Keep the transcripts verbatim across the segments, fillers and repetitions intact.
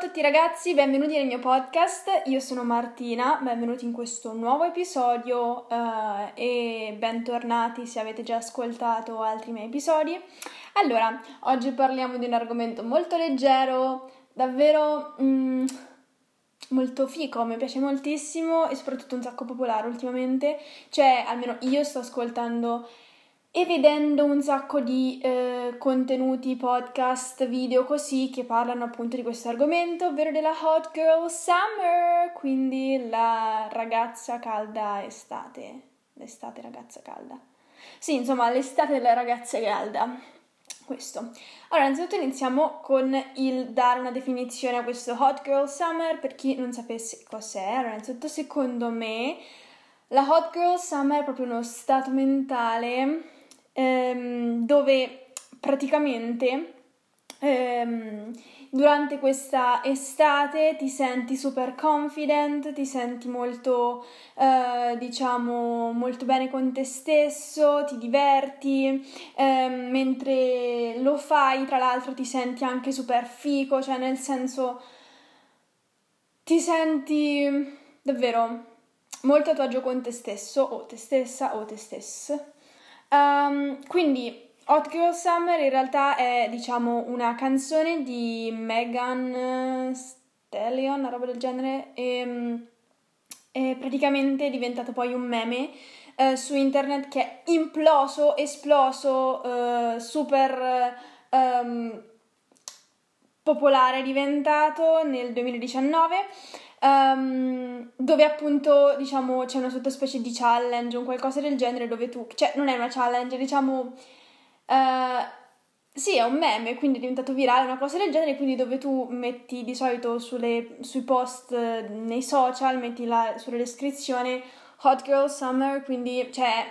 Ciao a tutti ragazzi, benvenuti nel mio podcast, io sono Martina, benvenuti in questo nuovo episodio uh, e bentornati se avete già ascoltato altri miei episodi. Allora, oggi parliamo di un argomento molto leggero, davvero mm, molto fico, mi piace moltissimo e soprattutto un sacco popolare ultimamente, cioè almeno io sto ascoltando e vedendo un sacco di eh, contenuti, podcast, video così che parlano appunto di questo argomento, ovvero della Hot Girl Summer, quindi la ragazza calda estate, l'estate ragazza calda. Sì, insomma, l'estate della ragazza calda, questo. Allora, innanzitutto iniziamo con il dare una definizione a questo Hot Girl Summer, per chi non sapesse cos'è. Allora, innanzitutto, secondo me, la Hot Girl Summer è proprio uno stato mentale Ehm, dove praticamente ehm, durante questa estate ti senti super confident, ti senti molto eh, diciamo molto bene con te stesso, ti diverti, ehm, mentre lo fai tra l'altro ti senti anche super fico, cioè nel senso ti senti davvero molto a tuo agio con te stesso o te stessa o te stessa. Um, quindi Hot Girl Summer in realtà è, diciamo, una canzone di Megan Stallion, una roba del genere, e è praticamente diventato poi un meme eh, su internet che è imploso, esploso, eh, super um, popolare è diventato nel duemiladiciannove. Um, dove appunto diciamo c'è una sottospecie di challenge, un qualcosa del genere dove tu, cioè non è una challenge, diciamo uh, sì, è un meme, quindi è diventato virale, una cosa del genere, quindi dove tu metti di solito sulle, sui post nei social, metti la, sulla descrizione Hot Girl Summer, quindi cioè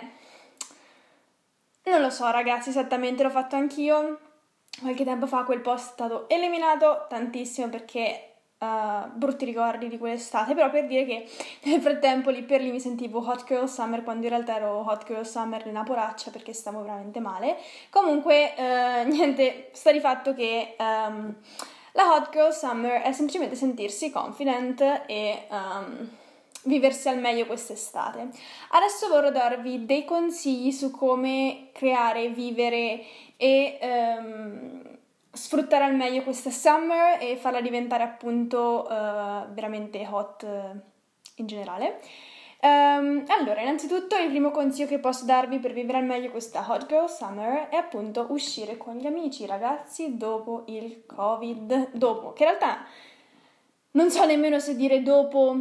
non lo so ragazzi esattamente, l'ho fatto anch'io qualche tempo fa, quel post è stato eliminato tantissimo perché Uh, brutti ricordi di quell'estate, però per dire che nel frattempo lì per lì mi sentivo Hot Girl Summer quando in realtà ero Hot Girl Summer nella poraccia perché stavo veramente male. Comunque uh, niente, sta di fatto che um, la Hot Girl Summer è semplicemente sentirsi confident e um, viversi al meglio quest'estate. Adesso vorrò darvi dei consigli su come creare, vivere e um, sfruttare al meglio questa summer e farla diventare appunto uh, veramente hot uh, in generale. Um, allora, innanzitutto il primo consiglio che posso darvi per vivere al meglio questa hot girl summer è appunto uscire con gli amici, ragazzi, dopo il Covid, dopo, che in realtà non so nemmeno se dire dopo,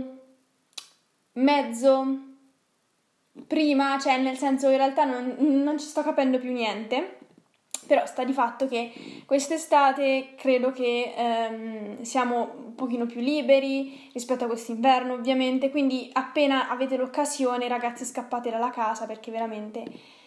mezzo, prima, cioè nel senso in realtà non, non ci sto capendo più niente. Però sta di fatto che quest'estate credo che ehm, siamo un pochino più liberi rispetto a quest'inverno ovviamente, quindi appena avete l'occasione ragazzi scappate dalla casa perché veramente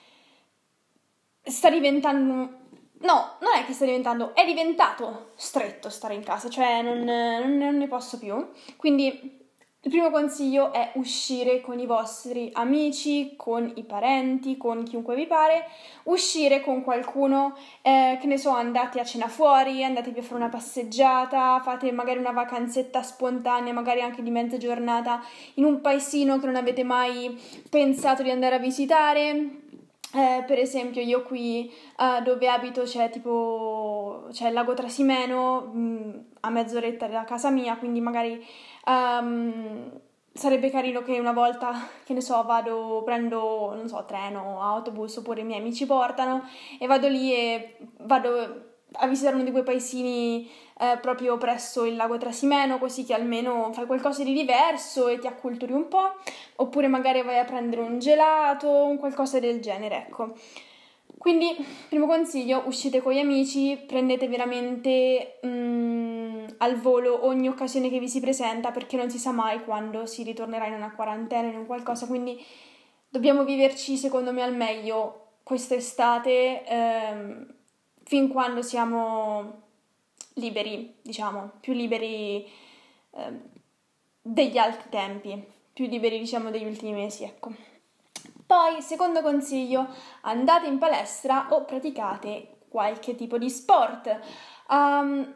sta diventando, no, non è che sta diventando, è diventato stretto stare in casa, cioè non, non, non ne posso più, quindi il primo consiglio è uscire con i vostri amici, con i parenti, con chiunque vi pare, uscire con qualcuno, eh, che ne so, andate a cena fuori, andatevi a fare una passeggiata, fate magari una vacanzetta spontanea, magari anche di mezza giornata, in un paesino che non avete mai pensato di andare a visitare. Eh, per esempio io qui uh, dove abito c'è tipo c'è il lago Trasimeno mh, a mezz'oretta da casa mia, quindi magari um, sarebbe carino che una volta, che ne so, vado, prendo, non so, treno, autobus oppure i miei amici portano e vado lì e vado a visitare uno di quei paesini eh, proprio presso il lago Trasimeno, così che almeno fai qualcosa di diverso e ti acculturi un po', oppure magari vai a prendere un gelato, un qualcosa del genere, ecco. Quindi, primo consiglio, uscite con gli amici, prendete veramente mm, al volo ogni occasione che vi si presenta, perché non si sa mai quando si ritornerà in una quarantena, in un qualcosa, quindi dobbiamo viverci, secondo me, al meglio quest'estate, ehm, fin quando siamo liberi, diciamo, più liberi eh, degli altri tempi, più liberi, diciamo, degli ultimi mesi, ecco. Poi, secondo consiglio, andate in palestra o praticate qualche tipo di sport. Um,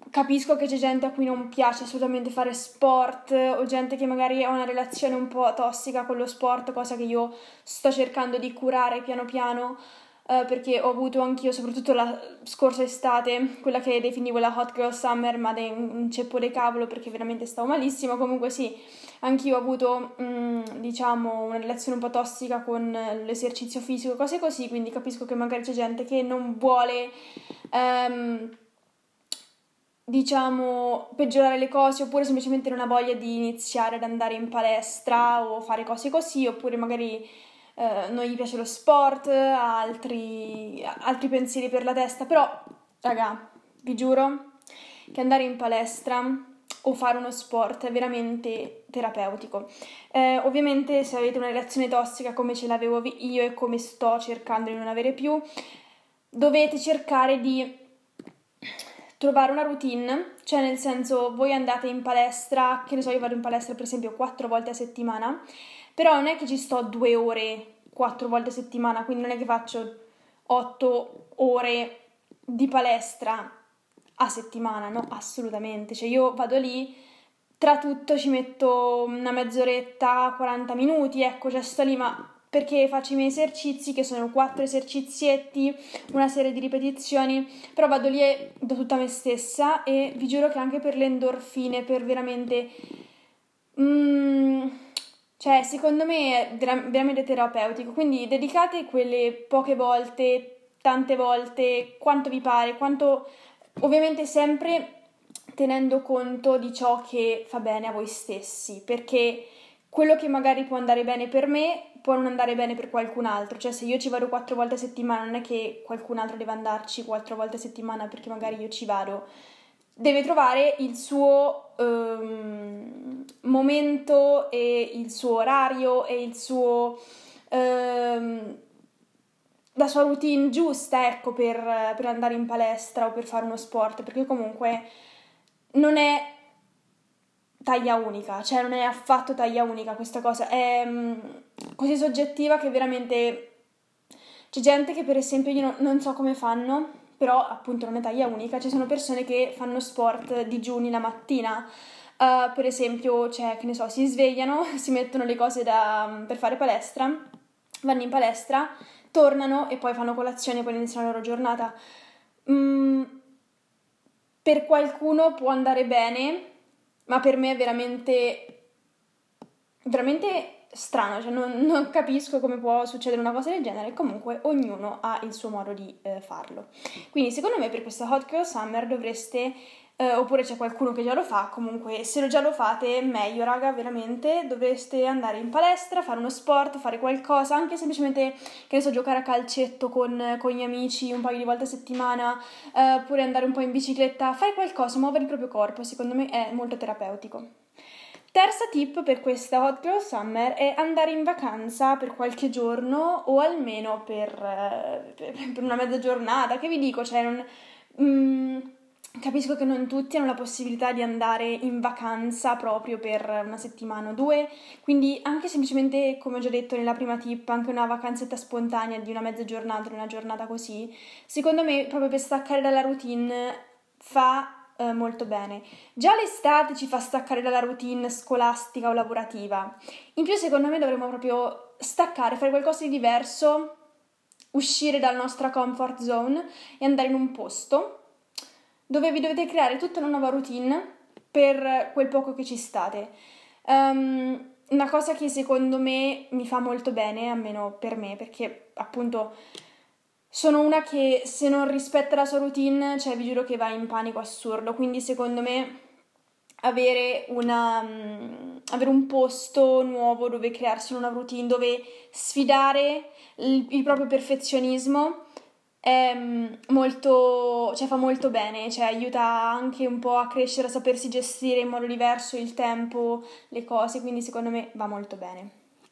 capisco che c'è gente a cui non piace assolutamente fare sport o gente che magari ha una relazione un po' tossica con lo sport, cosa che io sto cercando di curare piano piano, eh, perché ho avuto anch'io, soprattutto la scorsa estate, quella che definivo la hot girl summer, ma de un ceppo de cavolo perché veramente stavo malissimo. Comunque sì, anch'io ho avuto, mh, diciamo, una relazione un po' tossica con l'esercizio fisico, cose così, quindi capisco che magari c'è gente che non vuole... Um, diciamo, peggiorare le cose, oppure semplicemente non ha voglia di iniziare ad andare in palestra o fare cose così, oppure magari eh, non gli piace lo sport, ha altri, altri pensieri per la testa. Però, raga, vi giuro che andare in palestra o fare uno sport è veramente terapeutico. Eh, ovviamente se avete una relazione tossica come ce l'avevo io e come sto cercando di non avere più, dovete cercare di trovare una routine, cioè nel senso voi andate in palestra, che ne so, io vado in palestra per esempio quattro volte a settimana, però non è che ci sto due ore quattro volte a settimana, quindi non è che faccio otto ore di palestra a settimana, no, assolutamente, cioè io vado lì, tra tutto ci metto una mezz'oretta, quaranta minuti, ecco, cioè sto lì, ma perché faccio i miei esercizi, che sono quattro esercizietti, una serie di ripetizioni, però vado lì e do tutta me stessa, e vi giuro che anche per le endorfine, per veramente... Mm, cioè, secondo me è veramente terapeutico, quindi dedicate quelle poche volte, tante volte, quanto vi pare, quanto... Ovviamente sempre tenendo conto di ciò che fa bene a voi stessi, perché quello che magari può andare bene per me può non andare bene per qualcun altro. Cioè, se io ci vado quattro volte a settimana, non è che qualcun altro deve andarci quattro volte a settimana perché magari io ci vado. Deve trovare il suo um, momento e il suo orario e il suo... Um, la sua routine giusta, ecco, per, per andare in palestra o per fare uno sport, perché comunque non è taglia unica, cioè non è affatto taglia unica questa cosa, è um, così soggettiva che veramente c'è gente che per esempio io no, non so come fanno, però appunto non è taglia unica, ci sono persone che fanno sport digiuni la mattina, uh, per esempio, cioè che ne so, si svegliano, si mettono le cose da, per fare palestra, vanno in palestra, tornano e poi fanno colazione e poi iniziano la loro giornata. Mm, per qualcuno può andare bene, ma per me è veramente veramente strano, cioè non, non capisco come può succedere una cosa del genere. Comunque ognuno ha il suo modo di eh, farlo, quindi secondo me per questa Hot Girl Summer dovreste eh, oppure c'è qualcuno che già lo fa, comunque se lo già lo fate meglio, raga, veramente dovreste andare in palestra, fare uno sport, fare qualcosa, anche semplicemente, che ne so, giocare a calcetto con, con gli amici un paio di volte a settimana, eh, oppure andare un po' in bicicletta, fai qualcosa, muovere il proprio corpo, secondo me è molto terapeutico. Terza tip per questa Hot Girl Summer è andare in vacanza per qualche giorno o almeno per, eh, per, per una mezza giornata, che vi dico, cioè non... Mm, capisco che non tutti hanno la possibilità di andare in vacanza proprio per una settimana o due, quindi anche semplicemente, come ho già detto nella prima tip, anche una vacanzetta spontanea di una mezza giornata, una giornata così, secondo me proprio per staccare dalla routine fa eh, molto bene. Già l'estate ci fa staccare dalla routine scolastica o lavorativa, in più secondo me dovremmo proprio staccare, fare qualcosa di diverso, uscire dalla nostra comfort zone e andare in un posto dove vi dovete creare tutta una nuova routine per quel poco che ci state. Um, una cosa che secondo me mi fa molto bene, almeno per me, perché appunto sono una che se non rispetta la sua routine, cioè vi giuro che va in panico assurdo, quindi secondo me avere, una, um, avere un posto nuovo dove crearsi una routine, dove sfidare il, il proprio perfezionismo è molto, cioè fa molto bene, cioè aiuta anche un po' a crescere, a sapersi gestire in modo diverso il tempo, le cose, quindi secondo me va molto bene.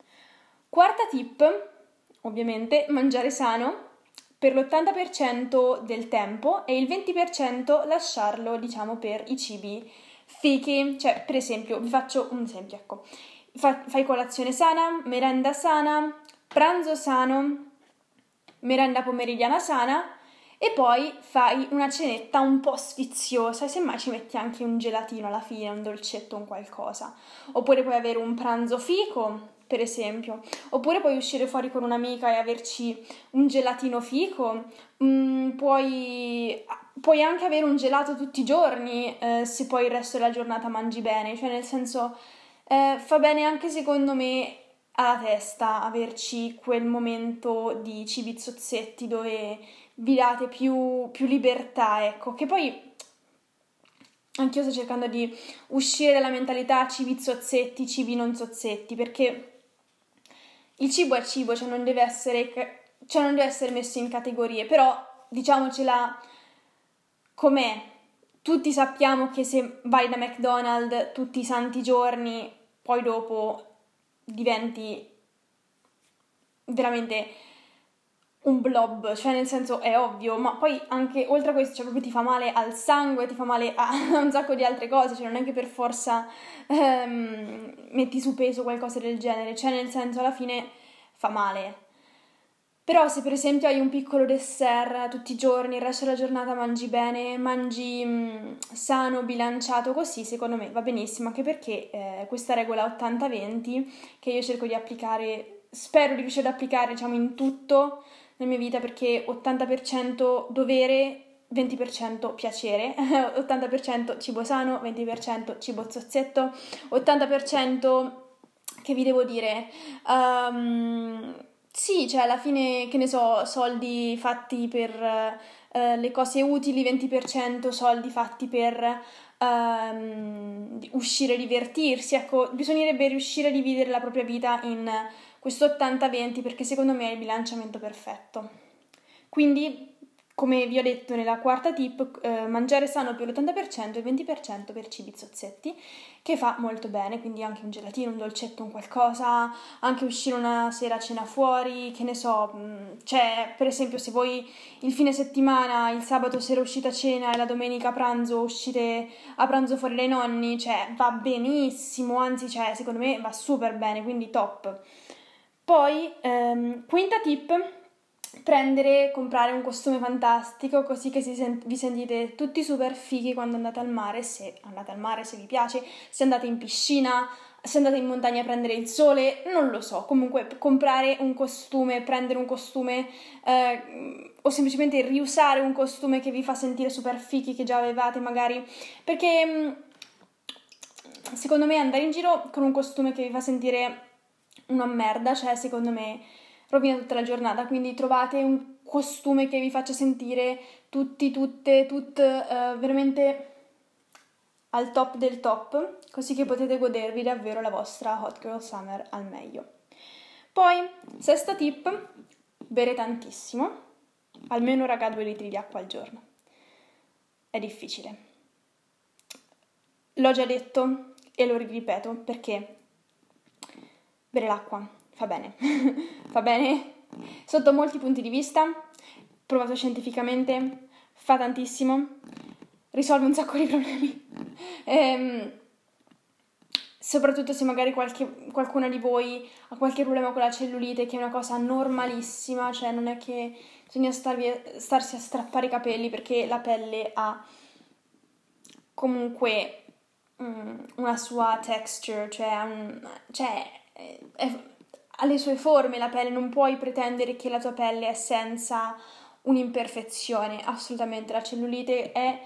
Quarta tip, ovviamente, mangiare sano per l'ottanta per cento del tempo e il venti per cento lasciarlo, diciamo, per i cibi fichi, cioè per esempio, vi faccio un esempio, ecco, Fa, fai colazione sana, merenda sana, pranzo sano, merenda pomeridiana sana e poi fai una cenetta un po' sfiziosa, semmai ci metti anche un gelatino alla fine, un dolcetto, un qualcosa. Oppure puoi avere un pranzo fico, per esempio, oppure puoi uscire fuori con un'amica e averci un gelatino fico, mm, puoi, puoi anche avere un gelato tutti i giorni, eh, se poi il resto della giornata mangi bene, cioè nel senso eh, fa bene anche secondo me alla testa averci quel momento di cibi zozzetti dove vi date più, più libertà, ecco, che poi anch'io sto cercando di uscire dalla mentalità cibi zozzetti, cibi non zozzetti, perché il cibo è cibo, cioè non deve essere, cioè non deve essere messo in categorie, però diciamocela com'è. Tutti sappiamo che se vai da McDonald's tutti i santi giorni, poi dopo diventi veramente un blob, cioè nel senso è ovvio, ma poi anche oltre a questo, cioè proprio ti fa male al sangue, ti fa male a un sacco di altre cose, cioè non è che per forza ehm, metti su peso o qualcosa del genere, cioè nel senso alla fine fa male. Però se per esempio hai un piccolo dessert tutti i giorni, il resto della giornata mangi bene, mangi mh, sano, bilanciato, così secondo me va benissimo, anche perché eh, questa regola ottanta venti che io cerco di applicare, spero di riuscire ad applicare diciamo in tutto nella mia vita, perché ottanta per cento dovere, venti per cento piacere, ottanta per cento cibo sano, venti per cento cibo zozzetto, ottanta per cento che vi devo dire... Um, Sì, cioè alla fine, che ne so, soldi fatti per eh, le cose utili, venti per cento soldi fatti per ehm, uscire, divertirsi. Ecco, bisognerebbe riuscire a dividere la propria vita in questo ottanta venti perché secondo me è il bilanciamento perfetto. Quindi, come vi ho detto nella quarta tip, eh, mangiare sano per l'ottanta per cento e il venti per cento per cibi zozzetti, che fa molto bene, quindi anche un gelatino, un dolcetto, un qualcosa, anche uscire una sera a cena fuori, che ne so, cioè per esempio se voi il fine settimana, il sabato sera uscite a cena e la domenica a pranzo uscite a pranzo fuori dai nonni, cioè va benissimo, anzi cioè secondo me va super bene, quindi top. Poi, ehm, quinta tip, prendere, comprare un costume fantastico così che si sent- vi sentite tutti super fighi quando andate al mare, se andate al mare, se vi piace, se andate in piscina, se andate in montagna a prendere il sole, non lo so, comunque comprare un costume, prendere un costume eh, o semplicemente riusare un costume che vi fa sentire super fighi che già avevate magari, perché mh, secondo me andare in giro con un costume che vi fa sentire una merda, cioè secondo me rovina tutta la giornata, quindi trovate un costume che vi faccia sentire tutti, tutte, tutte uh, veramente al top del top, così che potete godervi davvero la vostra Hot Girl Summer al meglio. Poi, sesta tip, bere tantissimo, almeno raga due litri di acqua al giorno. È difficile. L'ho già detto e lo ripeto perché bere l'acqua fa bene, fa bene sotto molti punti di vista, provato scientificamente, fa tantissimo, risolve un sacco di problemi, ehm, soprattutto se magari qualche, qualcuno di voi ha qualche problema con la cellulite, che è una cosa normalissima, cioè non è che bisogna starvi, starsi a strappare i capelli perché la pelle ha comunque um, una sua texture, cioè, un, cioè è, è, ha le sue forme la pelle, non puoi pretendere che la tua pelle è senza un'imperfezione, assolutamente. La cellulite è,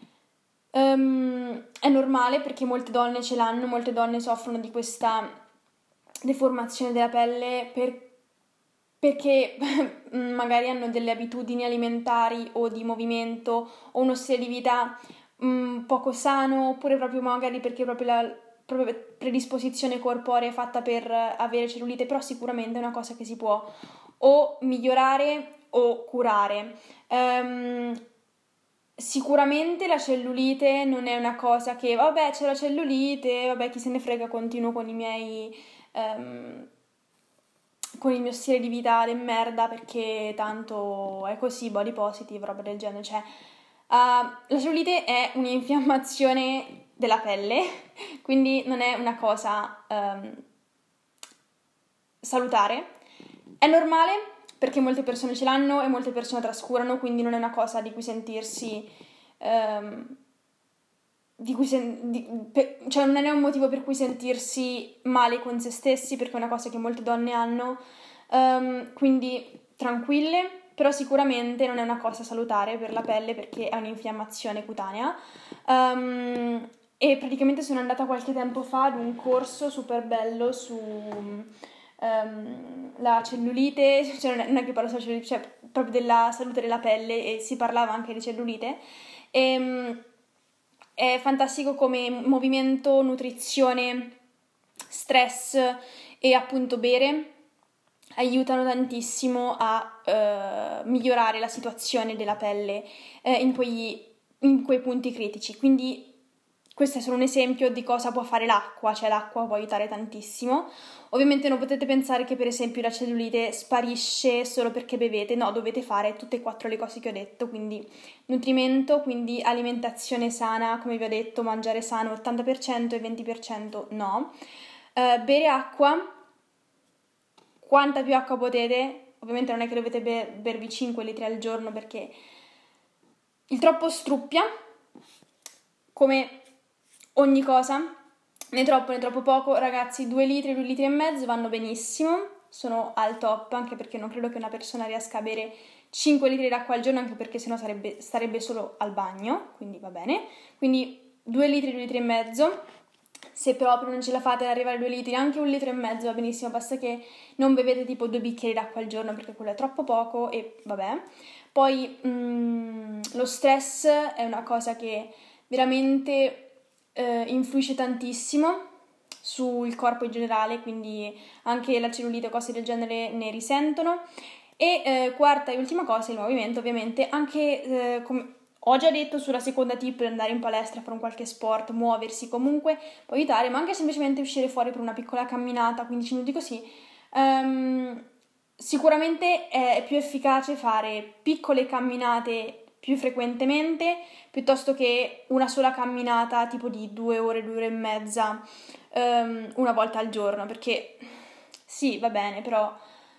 um, è normale perché molte donne ce l'hanno, molte donne soffrono di questa deformazione della pelle per, perché magari hanno delle abitudini alimentari o di movimento o uno stile di vita um, poco sano, oppure proprio magari perché proprio la proprio predisposizione corporea fatta per avere cellulite, però sicuramente è una cosa che si può o migliorare o curare. Um, sicuramente la cellulite non è una cosa che, vabbè, c'è la cellulite, vabbè, chi se ne frega, continuo con i miei... Um, con il mio stile di vita de merda perché tanto è così, body positive, roba del genere, cioè... Uh, la cellulite è un'infiammazione della pelle, quindi non è una cosa um, salutare. È normale perché molte persone ce l'hanno e molte persone trascurano, quindi non è una cosa di cui sentirsi... Um, di cui sen- di, per, cioè non è un motivo per cui sentirsi male con se stessi, perché è una cosa che molte donne hanno, um, quindi tranquille, però sicuramente non è una cosa salutare per la pelle perché è un'infiammazione cutanea. Um, e praticamente sono andata qualche tempo fa ad un corso super bello su um, la cellulite, cioè non è, non è che parlo solo di cellulite, cioè proprio della salute della pelle, e si parlava anche di cellulite. E, um, è fantastico come movimento, nutrizione, stress e appunto bere aiutano tantissimo a eh, migliorare la situazione della pelle eh, in, quei, in quei punti critici. Quindi questo è solo un esempio di cosa può fare l'acqua, cioè l'acqua può aiutare tantissimo. Ovviamente non potete pensare che per esempio la cellulite sparisce solo perché bevete, no, dovete fare tutte e quattro le cose che ho detto, quindi nutrimento, quindi alimentazione sana, come vi ho detto, mangiare sano ottanta per cento e venti per cento no. Uh, bere acqua, quanta più acqua potete, ovviamente non è che dovete ber- bervi cinque litri al giorno perché il troppo struppia, come ogni cosa, né troppo né troppo poco. Ragazzi, due litri, due litri e mezzo vanno benissimo, sono al top, anche perché non credo che una persona riesca a bere cinque litri d'acqua al giorno, anche perché sennò sarebbe, starebbe solo al bagno, quindi va bene. Quindi due litri, due litri e mezzo. Se proprio non ce la fate ad arrivare a due litri, anche un litro e mezzo va benissimo, basta che non bevete tipo due bicchieri d'acqua al giorno perché quello è troppo poco e vabbè. Poi mm, lo stress è una cosa che veramente eh, influisce tantissimo sul corpo in generale, quindi anche la cellulite o cose del genere ne risentono. E eh, quarta e ultima cosa, il movimento, ovviamente, anche eh, come ho già detto sulla seconda tip, per andare in palestra, fare un qualche sport, muoversi comunque può aiutare, ma anche semplicemente uscire fuori per una piccola camminata, quindici minuti così. Um, sicuramente è più efficace fare piccole camminate più frequentemente piuttosto che una sola camminata tipo di due ore, due ore e mezza um, una volta al giorno, perché sì, va bene, però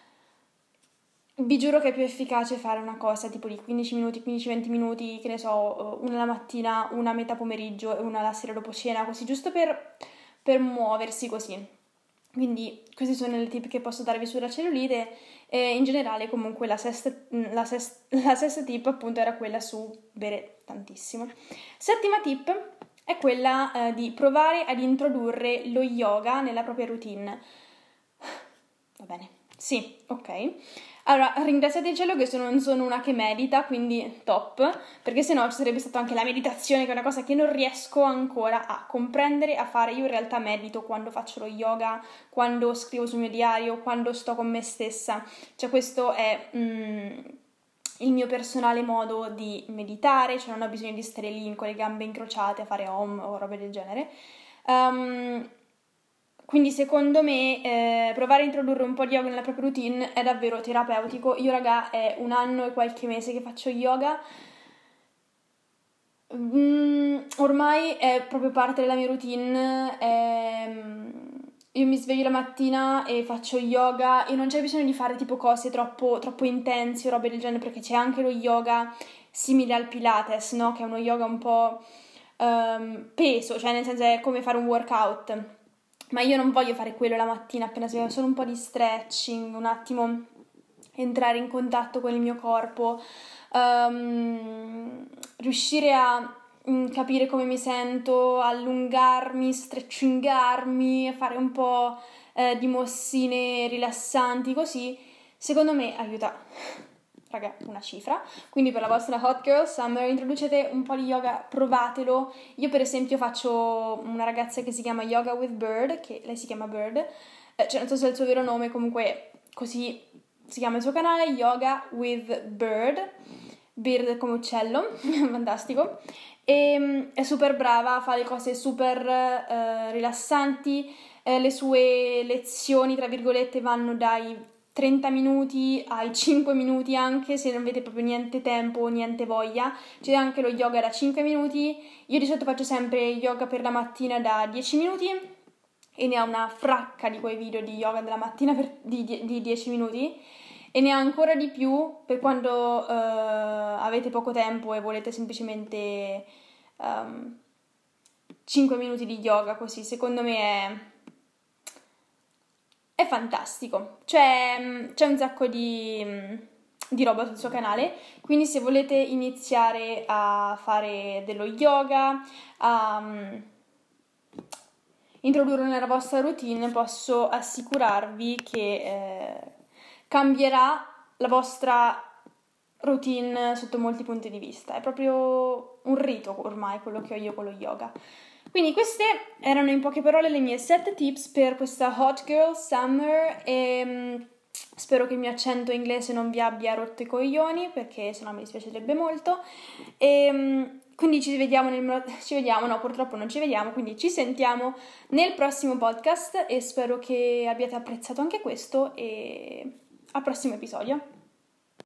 vi giuro che è più efficace fare una cosa tipo di quindici minuti, quindici venti minuti, che ne so, una la mattina, una a metà pomeriggio e una la sera dopo cena, così, giusto per, per muoversi così. Quindi queste sono le tip che posso darvi sulla cellulite e in generale comunque la sesta, la sesta, la sesta tip appunto era quella su bere tantissimo. Settima tip è quella eh, di provare ad introdurre lo yoga nella propria routine. Va bene, sì, ok. Allora, ringraziate il cielo che non sono una che medita, quindi top, perché sennò ci sarebbe stata anche la meditazione, che è una cosa che non riesco ancora a comprendere, a fare. Io in realtà medito quando faccio lo yoga, quando scrivo sul mio diario, quando sto con me stessa. Cioè questo è mm, il mio personale modo di meditare, cioè non ho bisogno di stare lì con le gambe incrociate a fare om o robe del genere. Um, Quindi secondo me eh, provare a introdurre un po' di yoga nella propria routine è davvero terapeutico. Io raga è un anno e qualche mese che faccio yoga, mm, ormai è proprio parte della mia routine, è... io mi sveglio la mattina e faccio yoga e non c'è bisogno di fare tipo cose troppo, troppo intense o robe del genere, perché c'è anche lo yoga simile al Pilates, no? Che è uno yoga un po' um, peso, cioè nel senso è come fare un workout. Ma io non voglio fare quello la mattina appena sveglio, solo un po' di stretching, un attimo entrare in contatto con il mio corpo, um, riuscire a um, capire come mi sento, allungarmi, stretchingarmi, fare un po' eh, di mossine rilassanti, così, secondo me aiuta. Raga, una cifra. Quindi per la vostra Hot Girl Summer introducete un po' di yoga, provatelo. Io per esempio faccio una ragazza che si chiama Yoga with Bird, che lei si chiama Bird, eh, cioè non so se è il suo vero nome, comunque così si chiama il suo canale, Yoga with Bird, Bird come uccello, fantastico. E è super brava, fa le cose super eh, rilassanti, eh, le sue lezioni, tra virgolette, vanno dai trenta minuti ai cinque minuti, anche se non avete proprio niente tempo, niente voglia. C'è anche lo yoga da cinque minuti. Io di solito faccio sempre yoga per la mattina da dieci minuti e ne ho una fracca di quei video di yoga della mattina per, di, di dieci minuti e ne ha ancora di più per quando uh, avete poco tempo e volete semplicemente um, cinque minuti di yoga, così secondo me è, è fantastico. C'è, c'è un sacco di, di roba sul suo canale, quindi se volete iniziare a fare dello yoga, a um, introdurlo nella vostra routine, posso assicurarvi che eh, cambierà la vostra routine sotto molti punti di vista. È proprio un rito ormai quello che ho io con lo yoga. Quindi queste erano in poche parole le mie sette tips per questa Hot Girl Summer e um, spero che il mio accento inglese non vi abbia rotto i coglioni, perché sennò mi dispiacerebbe molto. E um, quindi ci vediamo nel ci vediamo, no, purtroppo non ci vediamo, quindi ci sentiamo nel prossimo podcast e spero che abbiate apprezzato anche questo e al prossimo episodio.